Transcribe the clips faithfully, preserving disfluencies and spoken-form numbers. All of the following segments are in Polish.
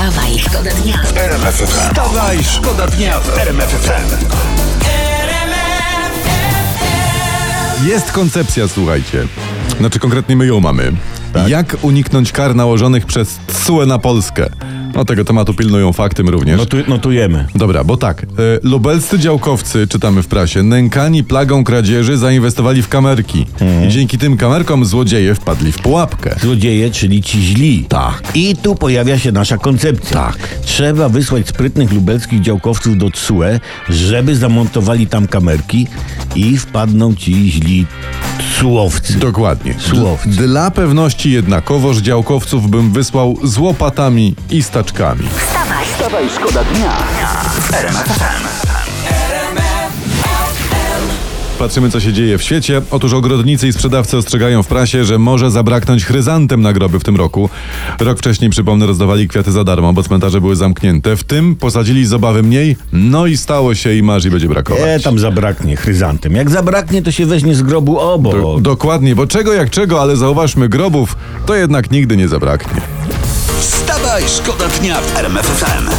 Wstawaj, szkoda dnia w R M F F M. Wstawaj, szkoda dnia w R M F F M. Jest koncepcja, słuchajcie. Znaczy konkretnie my ją mamy. Tak? Jak uniknąć kar nałożonych przez T S U E na Polskę? No tego tematu pilnują fakty, my również. Notu, notujemy. Dobra, bo tak. Y, lubelscy działkowcy, czytamy w prasie, nękani plagą kradzieży zainwestowali w kamerki. Mhm. I dzięki tym kamerkom złodzieje wpadli w pułapkę. Złodzieje, czyli ci źli. Tak. I tu pojawia się nasza koncepcja. Tak. Trzeba wysłać sprytnych lubelskich działkowców do T S U E, żeby zamontowali tam kamerki i wpadną ci źli T S U owcy. Dokładnie. Słowcy. D- Dla pewności jednakowoż działkowców bym wysłał z łopatami i staczkami. Wstawaj, Wstawaj, szkoda dnia w R M F F M. Patrzymy, co się dzieje w świecie. Otóż ogrodnicy i sprzedawcy ostrzegają w prasie, że może zabraknąć chryzantem na groby w tym roku. Rok wcześniej, przypomnę, rozdawali kwiaty za darmo, bo cmentarze były zamknięte. W tym posadzili z obawy mniej, no i stało się i masz i będzie brakować. E, tam zabraknie chryzantem. Jak zabraknie, to się weźmie z grobu obok. Do, dokładnie, bo czego jak czego, ale zauważmy, grobów to jednak nigdy nie zabraknie. Wstawaj, szkoda dnia w R M F F M.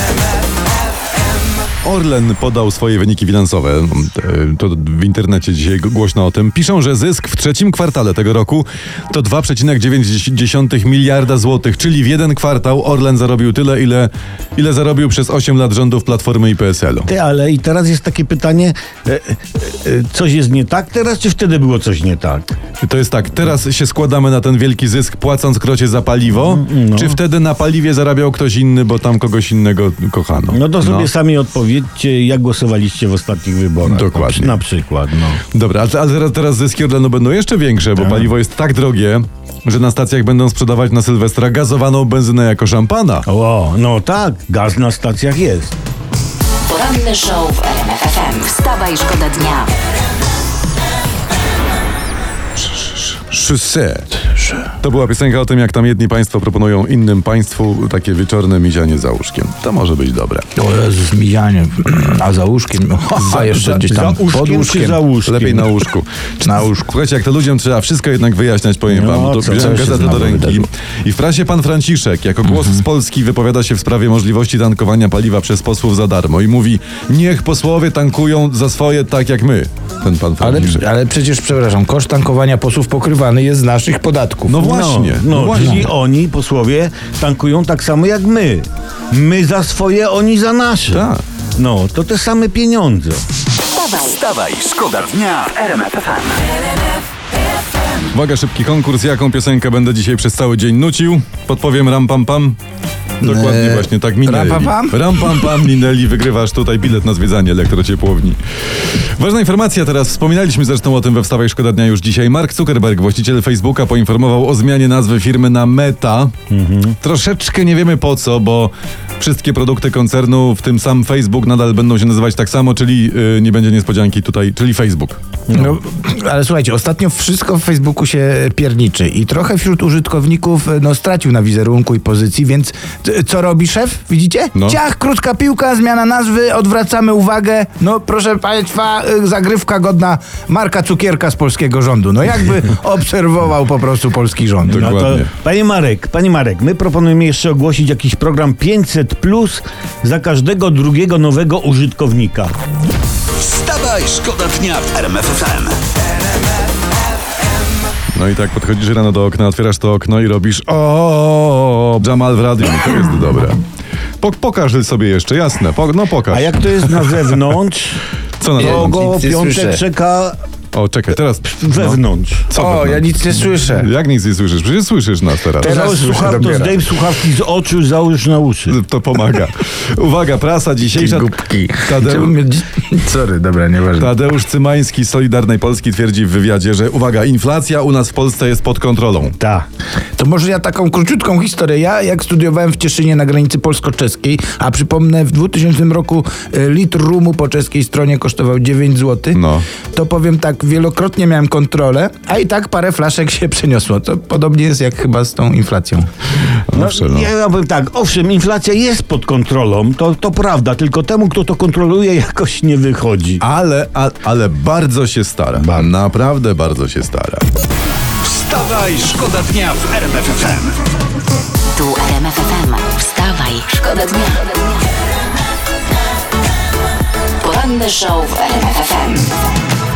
Orlen podał swoje wyniki finansowe. To w internecie dzisiaj głośno o tym. Piszą, że zysk w trzecim kwartale tego roku to dwa przecinek dziewięć miliarda złotych, czyli w jeden kwartał Orlen zarobił tyle, ile, ile zarobił przez osiem lat rządów Platformy i P S L u. Ty, ale i teraz jest takie pytanie, e, e, e, coś jest nie tak teraz, czy wtedy było coś nie tak? To jest tak, teraz się składamy na ten wielki zysk, płacąc krocie za paliwo, No. czy wtedy na paliwie zarabiał ktoś inny, bo tam kogoś innego kochano? No to sobie sami odpowiedzcie, jak głosowaliście w ostatnich wyborach. Dokładnie. Na, na przykład, no. Dobra, ale teraz, teraz zyski Orlenu będą jeszcze większe, bo Tak. paliwo jest tak drogie, że na stacjach będą sprzedawać na Sylwestra gazowaną benzynę jako szampana. O, no tak, gaz na stacjach jest. Poranny show w R M F F M. Wstawaj, szkoda dnia. Szset. To była piosenka o tym, jak tam jedni państwo proponują innym państwu takie wieczorne mizianie za łóżkiem. To może być dobre. O Jezus, mizianie, a za łóżkiem, a jeszcze za- gdzieś tam za łóżkiem pod czy łóżkiem. za łóżkiem? Lepiej na łóżku. Na łóżku. Słuchajcie, jak to ludziom trzeba wszystko jednak wyjaśniać, powiem No, wam. To co- wziąłem co się gazetę do znowu ręki wydarzyło? i w prasie pan Franciszek, jako głos z Polski, wypowiada się w sprawie możliwości tankowania paliwa przez posłów za darmo i mówi, niech posłowie tankują za swoje tak jak my. Ten pan Ale, Franciszek. ale przecież, przepraszam, koszt tankowania posłów pokrywany jest z naszych podatków. No właśnie, No, no no właśnie. czyli oni, posłowie, tankują tak samo jak my. My za swoje, oni za nasze. Tak. No, to te same pieniądze. Wstawaj, Wstawaj, szkoda dnia w R M F F M. Uwaga, szybki konkurs. Jaką piosenkę będę dzisiaj przez cały dzień nucił? Podpowiem ram pam pam. Dokładnie Eee, właśnie, tak minęli. ram, pam, pam? Ram pam pam minęli, wygrywasz tutaj bilet na zwiedzanie elektrociepłowni. Ważna informacja teraz, wspominaliśmy zresztą o tym we Wstawaj Szkoda Dnia już dzisiaj. Mark Zuckerberg, właściciel Facebooka, poinformował o zmianie nazwy firmy na Meta. Troszeczkę nie wiemy po co, bo wszystkie produkty koncernu, w tym sam Facebook, nadal będą się nazywać tak samo, czyli yy, nie będzie niespodzianki tutaj, czyli Facebook. No, ale słuchajcie, ostatnio wszystko w Facebooku się pierniczy i trochę wśród użytkowników no, stracił na wizerunku i pozycji, więc c- co robi szef? Widzicie? No. Ciach, krótka piłka, zmiana nazwy, odwracamy uwagę. No proszę państwa, y, zagrywka godna Marka Cukierka z polskiego rządu. No jakby obserwował po prostu polski rząd. Tak. No to, Dokładnie. panie Marek, panie Marek, my proponujemy jeszcze ogłosić jakiś program pięćset plus za każdego drugiego nowego użytkownika. Wstawaj, szkoda dnia w R M F F M. No i tak podchodzisz rano do okna, otwierasz to okno i robisz o Jamal w radiu. To jest dobre. Po, pokaż sobie jeszcze, jasne. Po, no pokaż. A jak to jest na zewnątrz, Co na to zewnątrz? go Nic nie piątek słyszę. czeka O, czekaj, teraz. wewnątrz. Co O, wewnątrz? ja nic nie słyszę. Jak nic nie słyszysz? Przecież słyszysz nas teraz. Teraz Załóż słyszę słuchaw, to dopiero. zdejm słuchawki z oczu, załóż na uszy. To pomaga. Uwaga, prasa dzisiejsza. Głupki. Tadeu, Czemu mnie- Sorry, dobra, nieważne. Tadeusz Cymański z Solidarnej Polski twierdzi w wywiadzie, że uwaga, inflacja u nas w Polsce jest pod kontrolą. Ta. To może ja taką króciutką historię. Ja jak studiowałem w Cieszynie na granicy polsko-czeskiej, a przypomnę w dwutysięcznym roku e, litr rumu po czeskiej stronie kosztował dziewięć złotych, No. to powiem tak, wielokrotnie miałem kontrolę, a i tak parę flaszek się przeniosło. To podobnie jest jak chyba z tą inflacją. No, Owszem, no. ja powiem tak, owszem, inflacja jest pod kontrolą, to, to prawda, tylko temu, kto to kontroluje, jakoś nie wychodzi. Ale, a, ale bardzo się stara. Naprawdę bardzo się stara. Wstawaj, szkoda dnia w R M F F M. tu R M F F M. Wstawaj, Szkoda dnia. Poranny show w R M F F M.